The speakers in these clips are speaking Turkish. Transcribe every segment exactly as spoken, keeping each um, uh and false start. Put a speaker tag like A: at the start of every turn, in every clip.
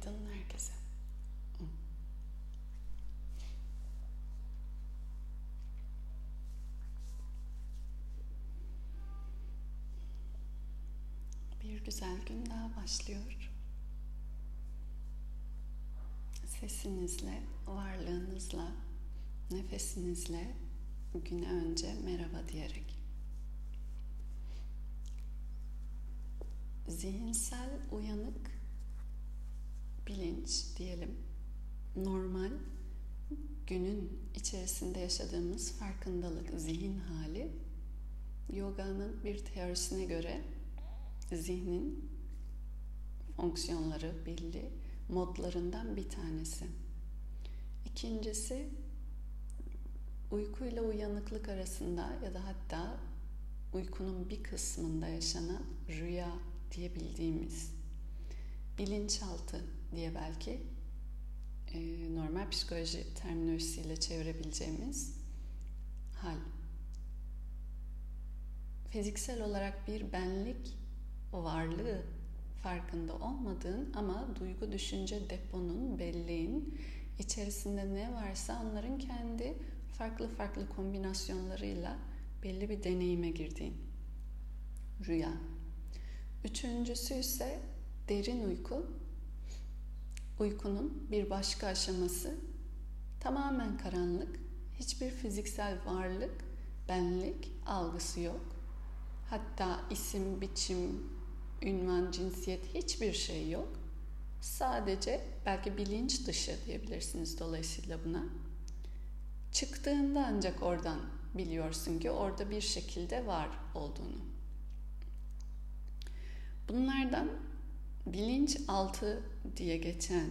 A: Günaydın herkese. Bir güzel gün daha başlıyor. Sesinizle, varlığınızla, nefesinizle güne önce merhaba diyerek. Zihinsel uyanık bilinç diyelim, normal günün içerisinde yaşadığımız farkındalık, zihin hali, yoga'nın bir teorisine göre zihnin fonksiyonları belli modlarından bir tanesi. İkincisi, uykuyla uyanıklık arasında ya da hatta uykunun bir kısmında yaşanan rüya diyebildiğimiz, bilinçaltı diye belki e, normal psikoloji terminolojisiyle çevirebileceğimiz hal. Fiziksel olarak bir benlik varlığı farkında olmadığın ama duygu düşünce deponun, belleğin içerisinde ne varsa onların kendi farklı farklı kombinasyonlarıyla belli bir deneyime girdiğin rüya. Üçüncüsü ise derin uyku. Uykunun bir başka aşaması tamamen karanlık, hiçbir fiziksel varlık, benlik algısı yok. Hatta isim, biçim, ünvan, cinsiyet hiçbir şey yok. Sadece belki bilinç dışı diyebilirsiniz dolayısıyla buna. Çıktığında ancak oradan biliyorsun ki orada bir şekilde var olduğunu. Bunlardan bilinçaltı diye geçen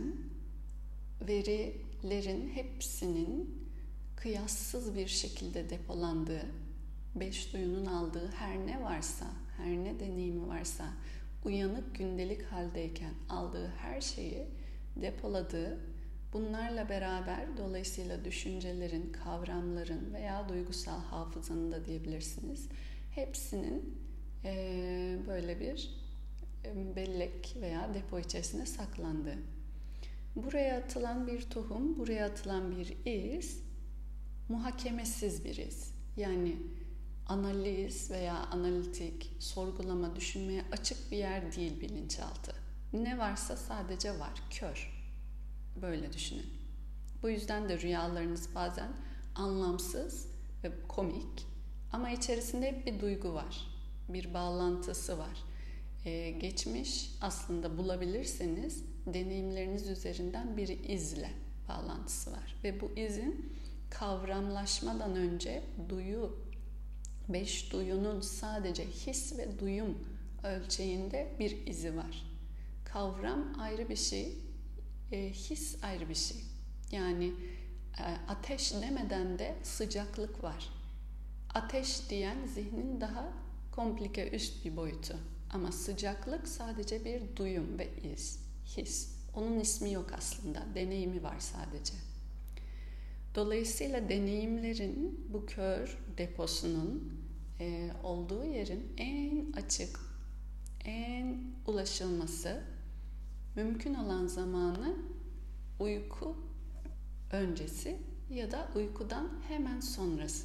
A: verilerin hepsinin kıyassız bir şekilde depolandığı, beş duyunun aldığı her ne varsa, her ne deneyimi varsa, uyanık gündelik haldeyken aldığı her şeyi depoladığı, bunlarla beraber dolayısıyla düşüncelerin, kavramların veya duygusal hafızanın da diyebilirsiniz, hepsinin ee, böyle bir bellek veya depo içerisinde saklandığı. Buraya atılan bir tohum, buraya atılan bir iz, muhakemesiz bir iz. Yani analiz veya analitik, sorgulama, düşünmeye açık bir yer değil bilinçaltı. Ne varsa sadece var, kör. Böyle düşünün. Bu yüzden de rüyalarınız bazen anlamsız ve komik ama içerisinde hep bir duygu var, bir bağlantısı var. Ee, geçmiş aslında bulabilirseniz deneyimleriniz üzerinden bir izle bağlantısı var. Ve bu izin kavramlaşmadan önce duyu, beş duyunun sadece his ve duyum ölçeğinde bir izi var. Kavram ayrı bir şey, e, his ayrı bir şey. Yani e, ateş demeden de sıcaklık var. Ateş diyen zihnin daha komplike üst bir boyutu. Ama sıcaklık sadece bir duyum ve iz, his. Onun ismi yok aslında, deneyimi var sadece. Dolayısıyla deneyimlerin bu kör deposunun e, olduğu yerin en açık, en ulaşılması, mümkün olan zamanı uyku öncesi ya da uykudan hemen sonrası.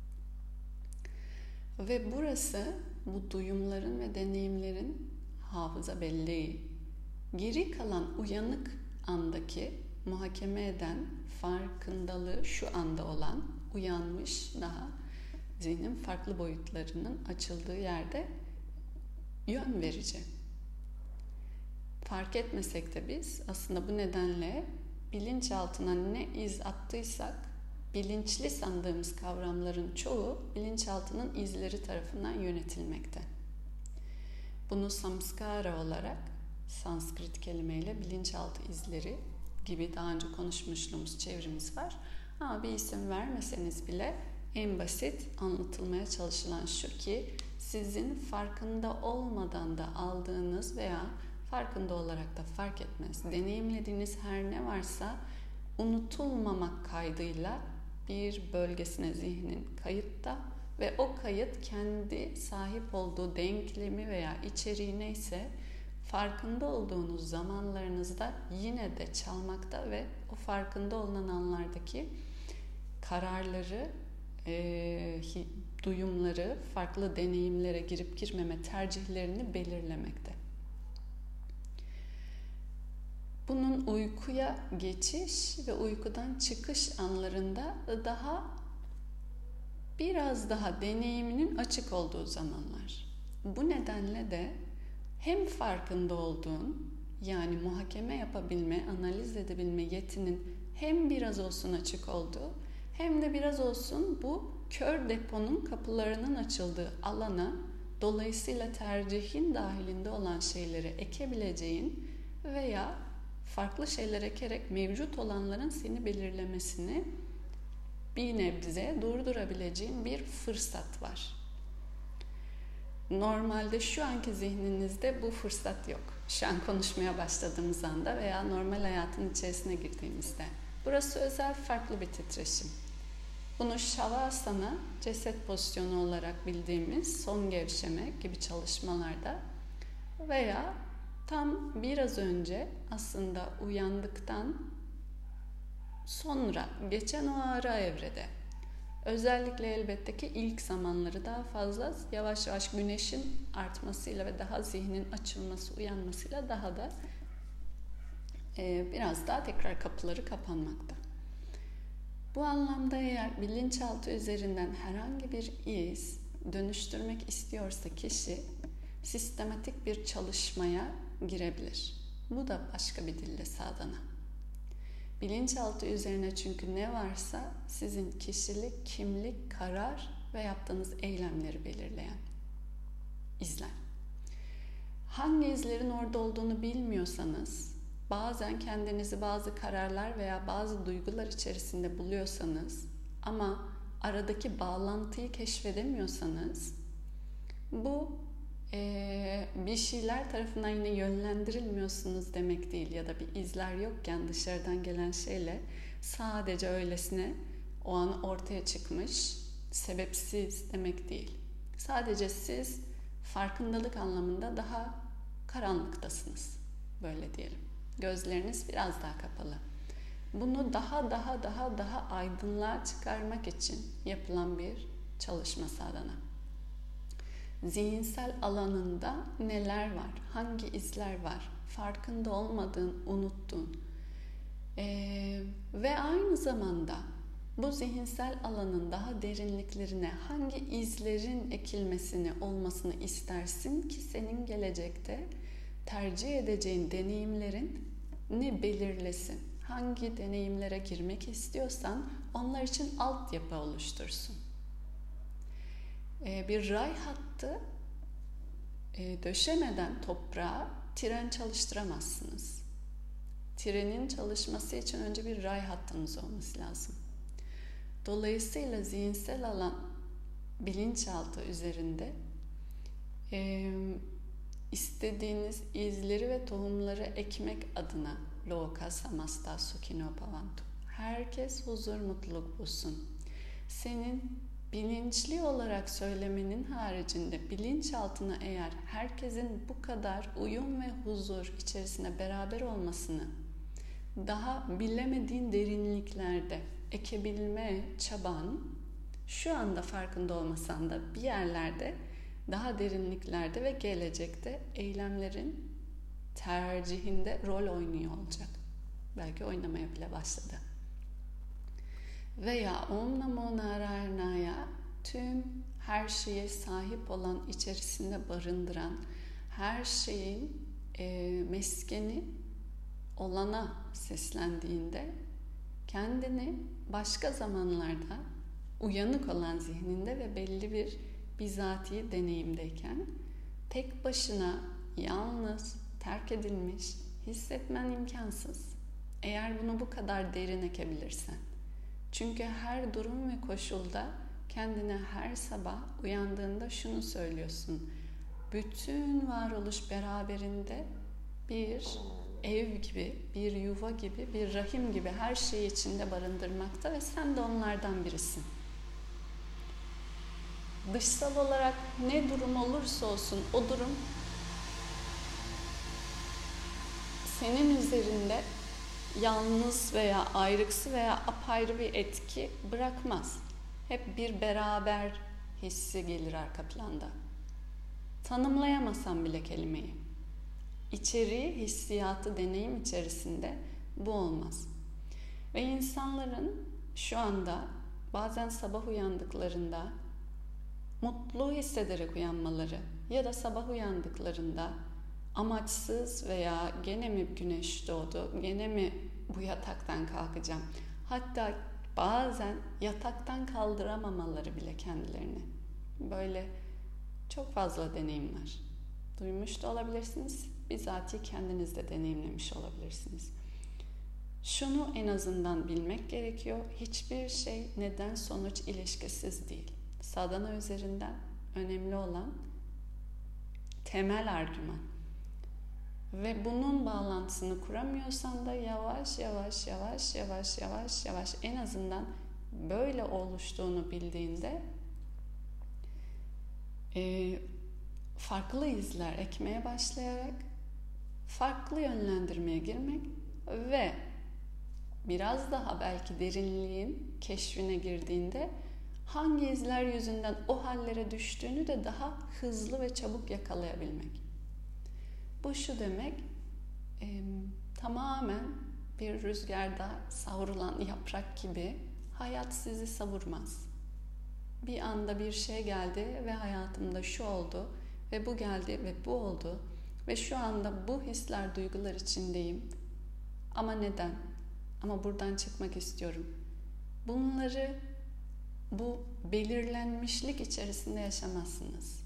A: Ve burası bu duyumların ve deneyimlerin hafıza belleği. Geri kalan uyanık andaki muhakeme eden farkındalığı şu anda olan uyanmış daha zihnin farklı boyutlarının açıldığı yerde yön verici. Fark etmesek de biz aslında bu nedenle bilinçaltına ne iz attıysak bilinçli sandığımız kavramların çoğu bilinçaltının izleri tarafından yönetilmekte. Bunu samskara olarak Sanskrit kelimeyle bilinçaltı izleri gibi daha önce konuşmuşluğumuz çevrimiz var. Ama bir isim vermeseniz bile en basit anlatılmaya çalışılan şu ki sizin farkında olmadan da aldığınız veya farkında olarak da fark etmez, deneyimlediğiniz her ne varsa unutulmamak kaydıyla bir bölgesine zihnin kayıtta ve o kayıt kendi sahip olduğu denklemi veya içeriği neyse farkında olduğunuz zamanlarınızda yine de çalmakta ve o farkında olunan anlardaki kararları, e, duyumları, farklı deneyimlere girip girmeme tercihlerini belirlemekte. Bunun uykuya geçiş ve uykudan çıkış anlarında daha biraz daha deneyiminin açık olduğu zamanlar. Bu nedenle de hem farkında olduğun, yani muhakeme yapabilme, analiz edebilme yetinin hem biraz olsun açık olduğu, hem de biraz olsun bu kör deponun kapılarının açıldığı alana, dolayısıyla tercihin dahilinde olan şeyleri ekebileceğin veya farklı şeyler ekerek mevcut olanların seni belirlemesini bir nebze durdurabileceğin bir fırsat var. Normalde şu anki zihninizde bu fırsat yok. Şu an konuşmaya başladığımız anda veya normal hayatın içerisine girdiğimizde. Burası özel, farklı bir titreşim. Bunu Shavasana, ceset pozisyonu olarak bildiğimiz son gevşeme gibi çalışmalarda veya tam biraz önce aslında uyandıktan sonra geçen o ara evrede, özellikle elbette ki ilk zamanları daha fazla yavaş yavaş güneşin artmasıyla ve daha zihnin açılması, uyanmasıyla daha da e, biraz daha tekrar kapıları kapanmakta. Bu anlamda eğer bilinçaltı üzerinden herhangi bir iz dönüştürmek istiyorsa kişi sistematik bir çalışmaya girebilir. Bu da başka bir dille sadhana. Bilinçaltı üzerine çünkü ne varsa sizin kişilik, kimlik, karar ve yaptığınız eylemleri belirleyen izler. Hangi izlerin orada olduğunu bilmiyorsanız, bazen kendinizi bazı kararlar veya bazı duygular içerisinde buluyorsanız ama aradaki bağlantıyı keşfedemiyorsanız, bu Ee, bir şeyler tarafından yine yönlendirilmiyorsunuz demek değil ya da bir izler yokken dışarıdan gelen şeyle sadece öylesine o an ortaya çıkmış, sebepsiz demek değil. Sadece siz farkındalık anlamında daha karanlıktasınız, böyle diyelim. Gözleriniz biraz daha kapalı. Bunu daha daha daha daha aydınlığa çıkarmak için yapılan bir çalışma sadhana. Zihinsel alanında neler var, hangi izler var, farkında olmadığın, unuttuğun ee, ve aynı zamanda bu zihinsel alanın daha derinliklerine hangi izlerin ekilmesini, olmasını istersin ki senin gelecekte tercih edeceğin deneyimlerin ne belirlesin, hangi deneyimlere girmek istiyorsan onlar için altyapı oluştursun. Bir ray hattı döşemeden toprağa tren çalıştıramazsınız. Trenin çalışması için önce bir ray hattınız olması lazım. Dolayısıyla zihinsel alan bilinçaltı üzerinde istediğiniz izleri ve tohumları ekmek adına Loka Samasta Sukhino Bhavantu. Herkes huzur, mutluluk bulsun. Senin bilinçli olarak söylemenin haricinde bilinçaltına eğer herkesin bu kadar uyum ve huzur içerisinde beraber olmasını daha bilemediğin derinliklerde ekebilme çaban, şu anda farkında olmasan da bir yerlerde daha derinliklerde ve gelecekte eylemlerin tercihinde rol oynuyor olacak. Belki oynamaya bile başladı. Veya Om Namo Narayana'ya tüm her şeye sahip olan, içerisinde barındıran, her şeyin e, meskeni olana seslendiğinde kendini başka zamanlarda uyanık olan zihninde ve belli bir bizatihi deneyimdeyken tek başına yalnız, terk edilmiş hissetmen imkansız. Eğer bunu bu kadar derin ekebilirsen. Çünkü her durum ve koşulda kendine her sabah uyandığında şunu söylüyorsun. Bütün varoluş beraberinde bir ev gibi, bir yuva gibi, bir rahim gibi her şeyi içinde barındırmakta ve sen de onlardan birisin. Dışsal olarak ne durum olursa olsun o durum senin üzerinde yalnız veya ayrıksı veya apayrı bir etki bırakmaz. Hep bir beraber hissi gelir arka planda. Tanımlayamasam bile kelimeyi. İçeriği, hissiyatı, deneyim içerisinde bu olmaz. Ve insanların şu anda bazen sabah uyandıklarında mutlu hissederek uyanmaları ya da sabah uyandıklarında amaçsız veya gene mi güneş doğdu, gene mi bu yataktan kalkacağım, hatta bazen yataktan kaldıramamaları bile kendilerini. Böyle çok fazla deneyim var. Duymuş da olabilirsiniz, bizatihi kendiniz de deneyimlemiş olabilirsiniz. Şunu en azından bilmek gerekiyor, hiçbir şey neden sonuç ilişkisiz değil. Sadhana üzerinden önemli olan temel argüman. Ve bunun bağlantısını kuramıyorsan da yavaş yavaş yavaş yavaş yavaş yavaş en azından böyle oluştuğunu bildiğinde e, farklı izler ekmeye başlayarak farklı yönlendirmeye girmek ve biraz daha belki derinliğin keşfine girdiğinde hangi izler yüzünden o hallere düştüğünü de daha hızlı ve çabuk yakalayabilmek. Bu şu demek, e, tamamen bir rüzgarda savrulan yaprak gibi hayat sizi savurmaz. Bir anda bir şey geldi ve hayatımda şu oldu ve bu geldi ve bu oldu ve şu anda bu hisler, duygular içindeyim. Ama neden? Ama buradan çıkmak istiyorum. Bunları bu belirlenmişlik içerisinde yaşamazsınız.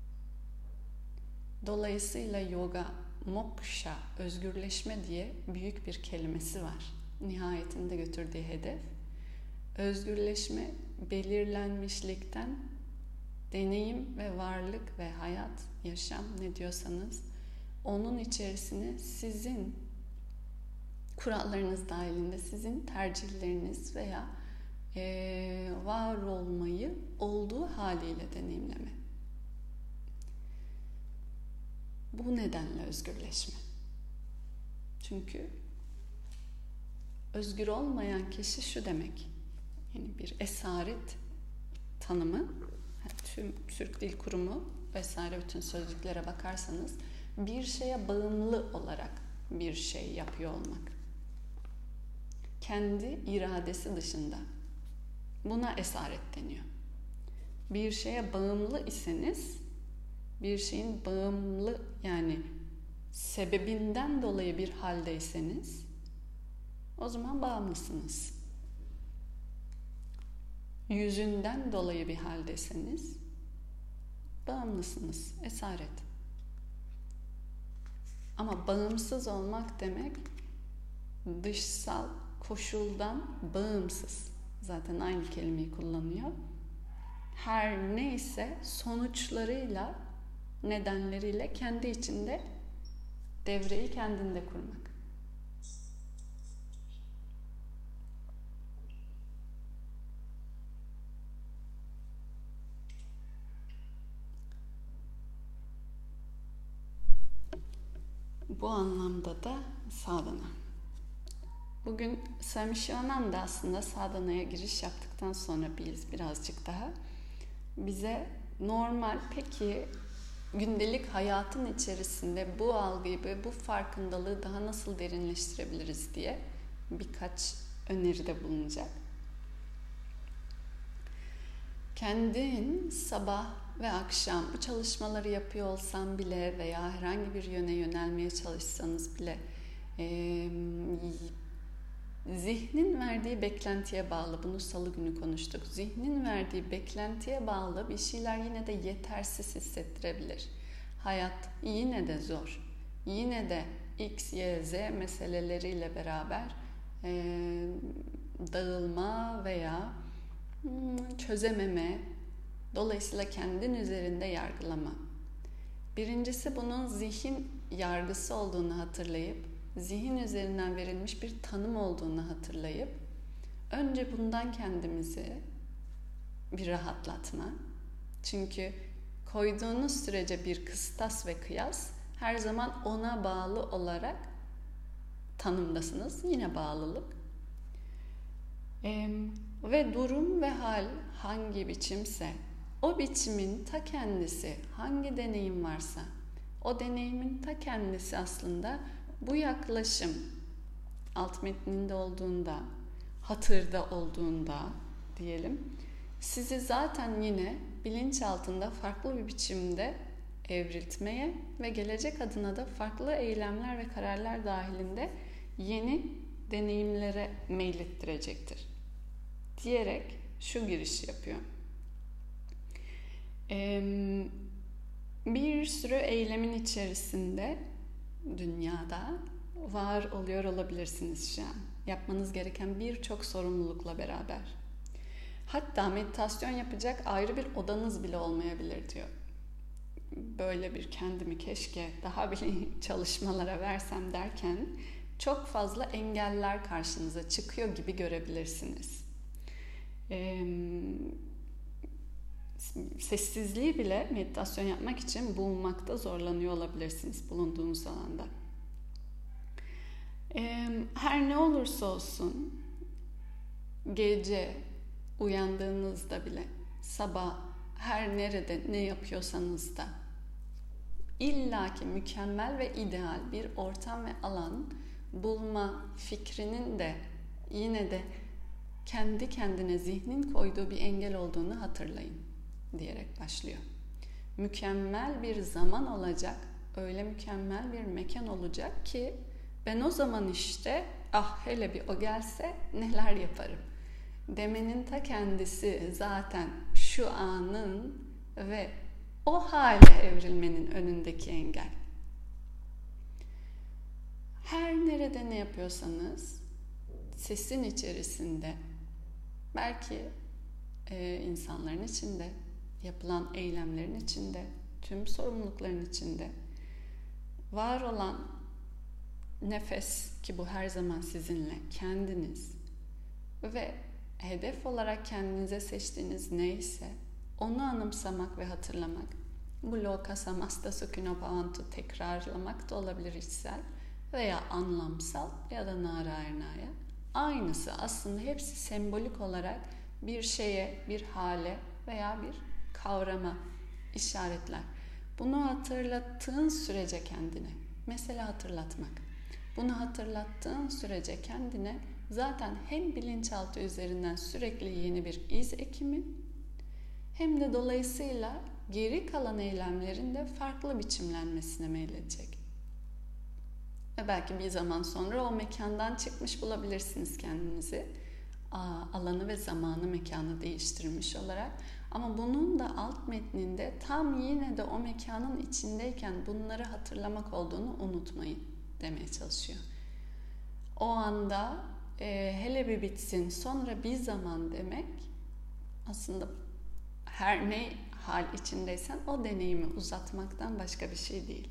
A: Dolayısıyla yoga, moksha, özgürleşme diye büyük bir kelimesi var. Nihayetinde götürdüğü hedef. Özgürleşme, belirlenmişlikten deneyim ve varlık ve hayat, yaşam ne diyorsanız onun içerisine sizin kurallarınız dahilinde sizin tercihleriniz veya e, var olmayı olduğu haliyle deneyimleme. Bu nedenle özgürleşme. Çünkü özgür olmayan kişi şu demek. Yani bir esaret tanımı, tüm Türk Dil Kurumu vesaire bütün sözlüklere bakarsanız bir şeye bağımlı olarak bir şey yapıyor olmak. Kendi iradesi dışında. Buna esaret deniyor. Bir şeye bağımlı iseniz, bir şeyin bağımlı yani sebebinden dolayı bir haldeyseniz o zaman bağımlısınız. Yüzünden dolayı bir haldeyseniz bağımlısınız. Esaret. Ama bağımsız olmak demek dışsal koşuldan bağımsız. Zaten aynı kelimeyi kullanıyor. Her neyse sonuçlarıyla, nedenleriyle kendi içinde devreyi kendinde kurmak. Bu anlamda da sadhana. Bugün Swami Shivananda aslında sadhanaya giriş yaptıktan sonra biz birazcık daha bize normal peki gündelik hayatın içerisinde bu algıyı ve bu farkındalığı daha nasıl derinleştirebiliriz diye birkaç öneride bulunacak. Kendin sabah ve akşam bu çalışmaları yapıyor olsan bile veya herhangi bir yöne yönelmeye çalışsanız bile e, zihnin verdiği beklentiye bağlı, bunu salı günü konuştuk. Zihnin verdiği beklentiye bağlı bir şeyler yine de yetersiz hissettirebilir. Hayat yine de zor. Yine de X, Y, Z meseleleriyle beraber e, dağılma veya hmm, çözememe, dolayısıyla kendin üzerinde yargılama. Birincisi bunun zihin yargısı olduğunu hatırlayıp, zihin üzerinden verilmiş bir tanım olduğunu hatırlayıp, önce bundan kendimizi bir rahatlatma. Çünkü koyduğunuz sürece bir kıstas ve kıyas her zaman ona bağlı olarak tanımdasınız. Yine bağlılık. Ee, ve durum ve hal hangi biçimse, o biçimin ta kendisi, hangi deneyim varsa, o deneyimin ta kendisi aslında bu yaklaşım alt metninde olduğunda, hatırda olduğunda diyelim, sizi zaten yine bilinç altında farklı bir biçimde evriltmeye ve gelecek adına da farklı eylemler ve kararlar dahilinde yeni deneyimlere meylettirecektir diyerek şu giriş yapıyor. Ee, bir sürü eylemin içerisinde dünyada var oluyor olabilirsiniz şu an. Yapmanız gereken birçok sorumlulukla beraber. Hatta meditasyon yapacak ayrı bir odanız bile olmayabilir diyor. Böyle bir kendimi keşke daha bir çalışmalara versem derken çok fazla engeller karşınıza çıkıyor gibi görebilirsiniz. Ee, sessizliği bile meditasyon yapmak için bulmakta zorlanıyor olabilirsiniz bulunduğunuz alanda. Ee, her ne olursa olsun gece uyandığınızda bile, sabah her nerede ne yapıyorsanız da illaki mükemmel ve ideal bir ortam ve alan bulma fikrinin de yine de kendi kendine zihnin koyduğu bir engel olduğunu hatırlayın diyerek başlıyor. Mükemmel bir zaman olacak, öyle mükemmel bir mekan olacak ki ben o zaman işte ah hele bir o gelse neler yaparım demenin ta kendisi zaten şu anın ve o hale evrilmenin önündeki engel. Her nerede ne yapıyorsanız sesin içerisinde, belki e, insanların içinde, yapılan eylemlerin içinde, tüm sorumlulukların içinde var olan nefes, ki bu her zaman sizinle, kendiniz ve hedef olarak kendinize seçtiğiniz neyse onu anımsamak ve hatırlamak. Bu loka samasta sukino bhavantu tekrarlamak da olabilir içsel veya anlamsal ya da narayanaya. Aynısı aslında hepsi sembolik olarak bir şeye, bir hale veya bir kavrama işaretler. Bunu hatırlattığın sürece kendine, mesela hatırlatmak, bunu hatırlattığın sürece kendine zaten hem bilinçaltı üzerinden sürekli yeni bir iz ekimi hem de dolayısıyla geri kalan eylemlerin de farklı biçimlenmesine meyledecek. Ve belki bir zaman sonra o mekandan çıkmış bulabilirsiniz kendinizi. Alanı ve zamanı, mekanı değiştirmiş olarak. Ama bunun da alt metninde tam yine de o mekanın içindeyken bunları hatırlamak olduğunu unutmayın demeye çalışıyor. O anda e, hele bir bitsin sonra bir zaman demek aslında her ne hal içindeysen o deneyimi uzatmaktan başka bir şey değil.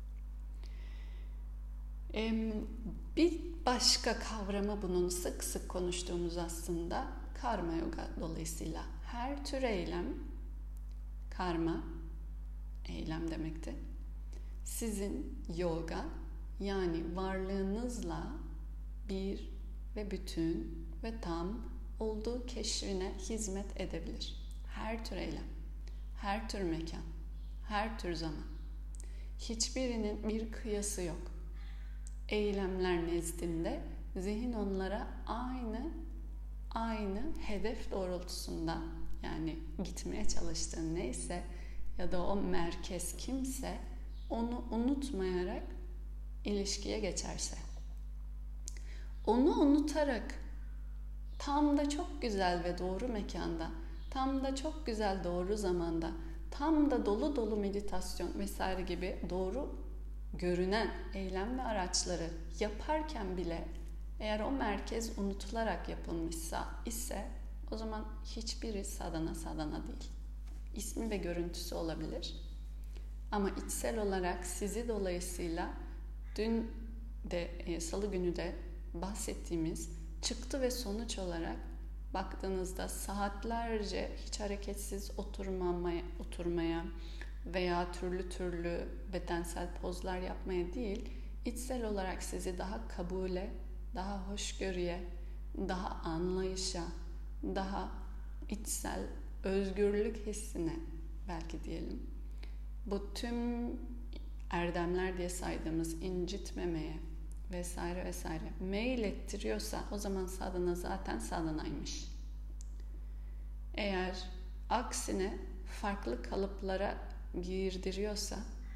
A: E, bir başka kavramı bunun sık sık konuştuğumuz aslında karma yoga dolayısıyla. Her tür eylem, karma, eylem demekti. Sizin yoga yani varlığınızla bir ve bütün ve tam olduğu keşfine hizmet edebilir. Her tür eylem, her tür mekan, her tür zaman. Hiçbirinin bir kıyası yok. Eylemler nezdinde zihin onlara aynı aynı hedef doğrultusunda, yani gitmeye çalıştığın neyse ya da o merkez kimse onu unutmayarak ilişkiye geçerse, onu unutarak tam da çok güzel ve doğru mekanda, tam da çok güzel doğru zamanda, tam da dolu dolu meditasyon vesaire gibi doğru görünen eylem ve araçları yaparken bile eğer o merkez unutularak yapılmışsa ise o zaman hiçbiri sadhana sadhana değil. İsmi ve görüntüsü olabilir. Ama içsel olarak sizi dolayısıyla dün de e, salı günü de bahsettiğimiz çıktı ve sonuç olarak baktığınızda saatlerce hiç hareketsiz oturmamaya, oturmaya veya türlü türlü bedensel pozlar yapmaya değil, içsel olarak sizi daha kabule, daha hoşgörüye, daha anlayışa, daha içsel özgürlük hissine belki diyelim. Bu tüm erdemler diye saydığımız incitmemeye vesaire vesaire meyil ettiriyorsa o zaman sadhana zaten sadhanaymış. Eğer aksine farklı kalıplara girdiriyorsa,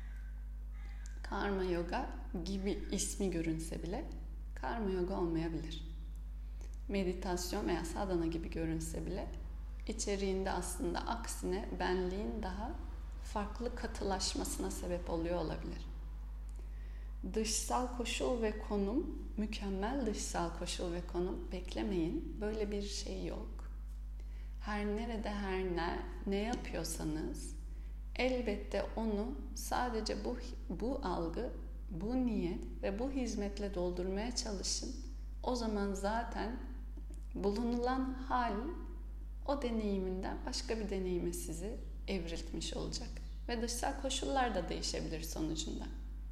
A: karma yoga gibi ismi görünse bile karma yoga olmayabilir. Meditasyon veya sadhana gibi görünse bile içeriğinde aslında aksine benliğin daha farklı katılaşmasına sebep oluyor olabilir. Dışsal koşul ve konum, mükemmel dışsal koşul ve konum beklemeyin. Böyle bir şey yok. Her nerede, her ne, ne yapıyorsanız elbette onu sadece bu, bu algı, bu niyet ve bu hizmetle doldurmaya çalışın. O zaman zaten bulunulan hal o deneyiminden başka bir deneyime sizi evriltmiş olacak. Ve dışsal koşullar da değişebilir sonucunda.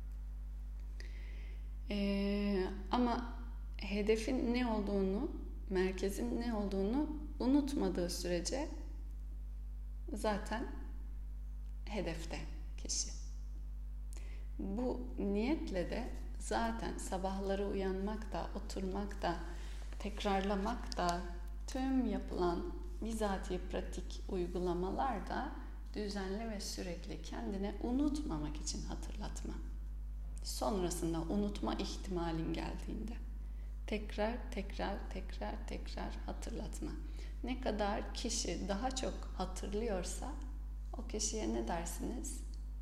A: Ee, ama hedefin ne olduğunu, merkezin ne olduğunu unutmadığı sürece zaten hedefte kişi. Bu niyetle de zaten sabahları uyanmak da, oturmak da, tekrarlamak da, tüm yapılan bizatihi pratik uygulamalar da düzenli ve sürekli kendine unutmamak için hatırlatma. Sonrasında unutma ihtimalin geldiğinde tekrar tekrar tekrar tekrar hatırlatma. Ne kadar kişi daha çok hatırlıyorsa o kişiye ne dersiniz?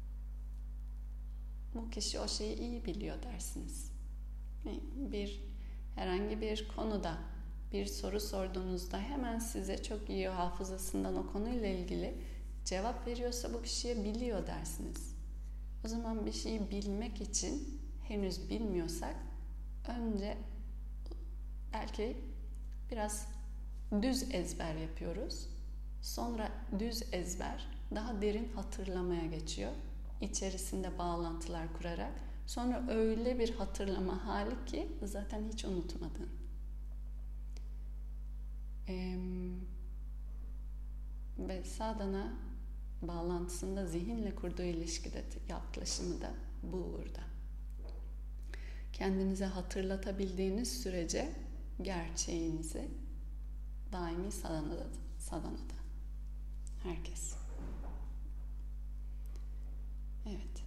A: Bu kişi o şeyi iyi biliyor dersiniz. Bir herhangi bir konuda bir soru sorduğunuzda hemen size çok iyi hafızasından o konuyla ilgili cevap veriyorsa bu kişiye biliyor dersiniz. O zaman bir şeyi bilmek için henüz bilmiyorsak önce belki biraz düz ezber yapıyoruz. Sonra düz ezber daha derin hatırlamaya geçiyor. İçerisinde bağlantılar kurarak. Sonra öyle bir hatırlama hali ki zaten hiç unutmadın. Ee, ve sadhana bağlantısında zihinle kurduğu ilişkide yaklaşımı da bu uğurda. Kendinize hatırlatabildiğiniz sürece gerçeğinizi daimi sadhanada, sadhanada. Herkes. Evet.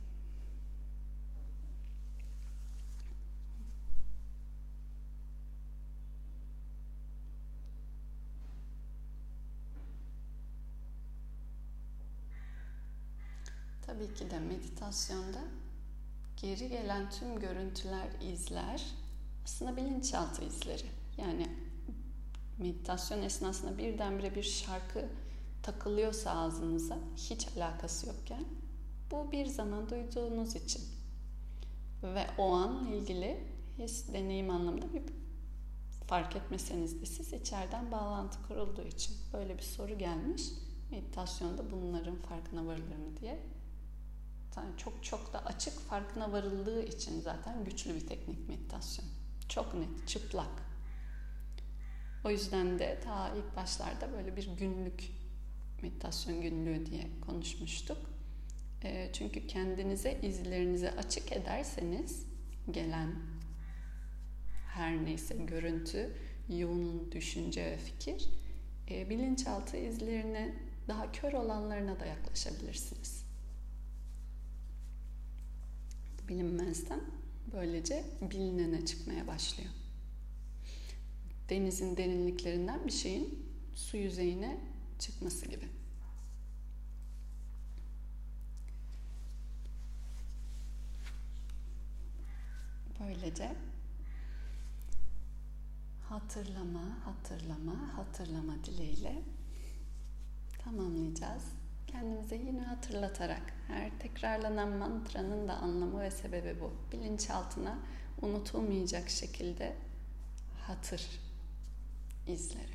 A: Tabii ki de meditasyonda geri gelen tüm görüntüler, izler aslında bilinçaltı izleri. Yani meditasyon esnasında birdenbire bir şarkı takılıyorsa ağzınıza hiç alakası yokken bu bir zaman duyduğunuz için ve o anla ilgili his, deneyim anlamında bir fark etmeseniz de siz içeriden bağlantı kurulduğu için böyle bir soru gelmiş. Meditasyonda bunların farkına varılır mı diye. Yani çok çok da açık farkına varıldığı için zaten güçlü bir teknik meditasyon. Çok net, çıplak. O yüzden de ta ilk başlarda böyle bir günlük meditasyon günlüğü diye konuşmuştuk. E, çünkü kendinize izlerinizi açık ederseniz gelen her neyse görüntü, yoğun düşünce ve fikir, e, bilinçaltı izlerine daha kör olanlarına da yaklaşabilirsiniz. Bilinmezden böylece bilinene çıkmaya başlıyor. Denizin derinliklerinden bir şeyin su yüzeyine çıkması gibi. Böylece hatırlama, hatırlama, hatırlama dileğiyle tamamlayacağız. Kendimize yine hatırlatarak, her tekrarlanan mantranın da anlamı ve sebebi bu. Bilinçaltına unutulmayacak şekilde hatır izleri.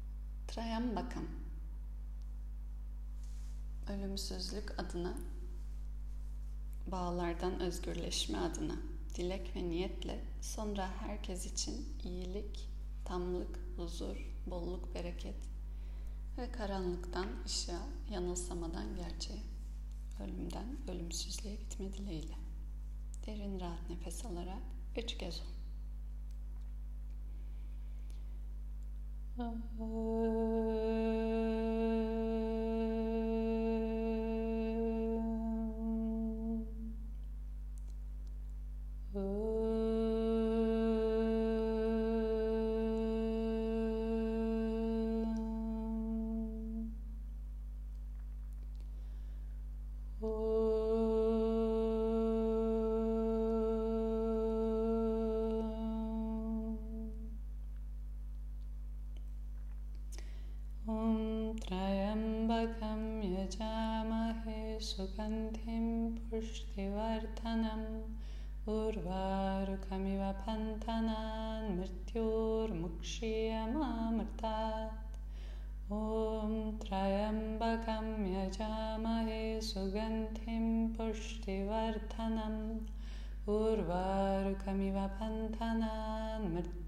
A: Trayambakam, ölümsüzlük adına bağlardan özgürleşme adına dilek ve niyetle sonra herkes için iyilik, tamlık, huzur, bolluk, bereket ve karanlıktan ışığa, yanılsamadan gerçeğe, ölümden ölümsüzlüğe gitme dileğiyle. Derin rahat nefes alarak üç kez on. Trayambakam yajamahe sugandhim pushtivartanam urvarukamiva pantanan mrityurmukshiyamamritat. Om Trayambakam yajamahe sugandhim pushtivartanam urvarukamiva pantanan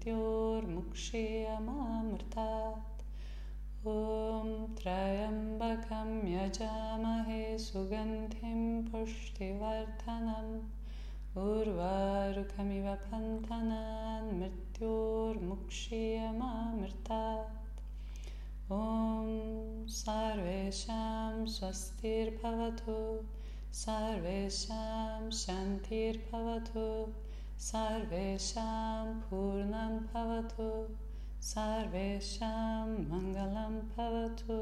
A: mrityurmukshiyamamritat. Om Trayambakam yajamahe sugandhim pushtivartanam urvarukamiva pantanan mrityurmukshiyamamritat. Om Sarvesham Swastir Bhavatu, Sarvesham Shantir Bhavatu, Sarvesham Purnam Bhavatu, Sarvesham Mangalam Bhavatu.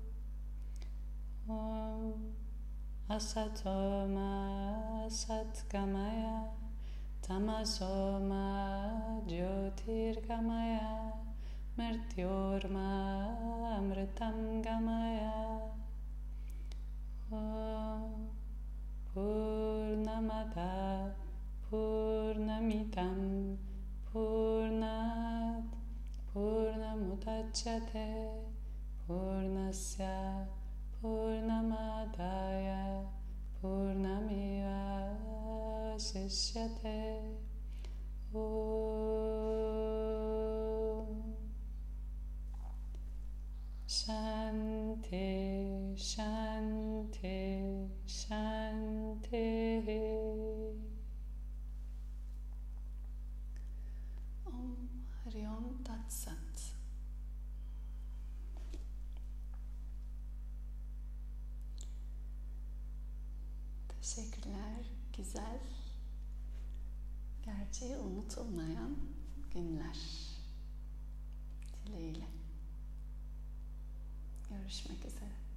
A: Om Asatoma Satgamaya, Tamasoma Jyotirgamaya, Mrityorma Amritam Gamaya. Om Purnamada Purnamidam Purnat Purnamudachyate Purnasya Purnamadaya Purnameva Shishyate. Om Shanti Shanti Shanti. Om Hari Om Tat Sat. Teşekkürler. Güzel, gerçeği unutulmayan günler dileğiyle. Görüşmek üzere.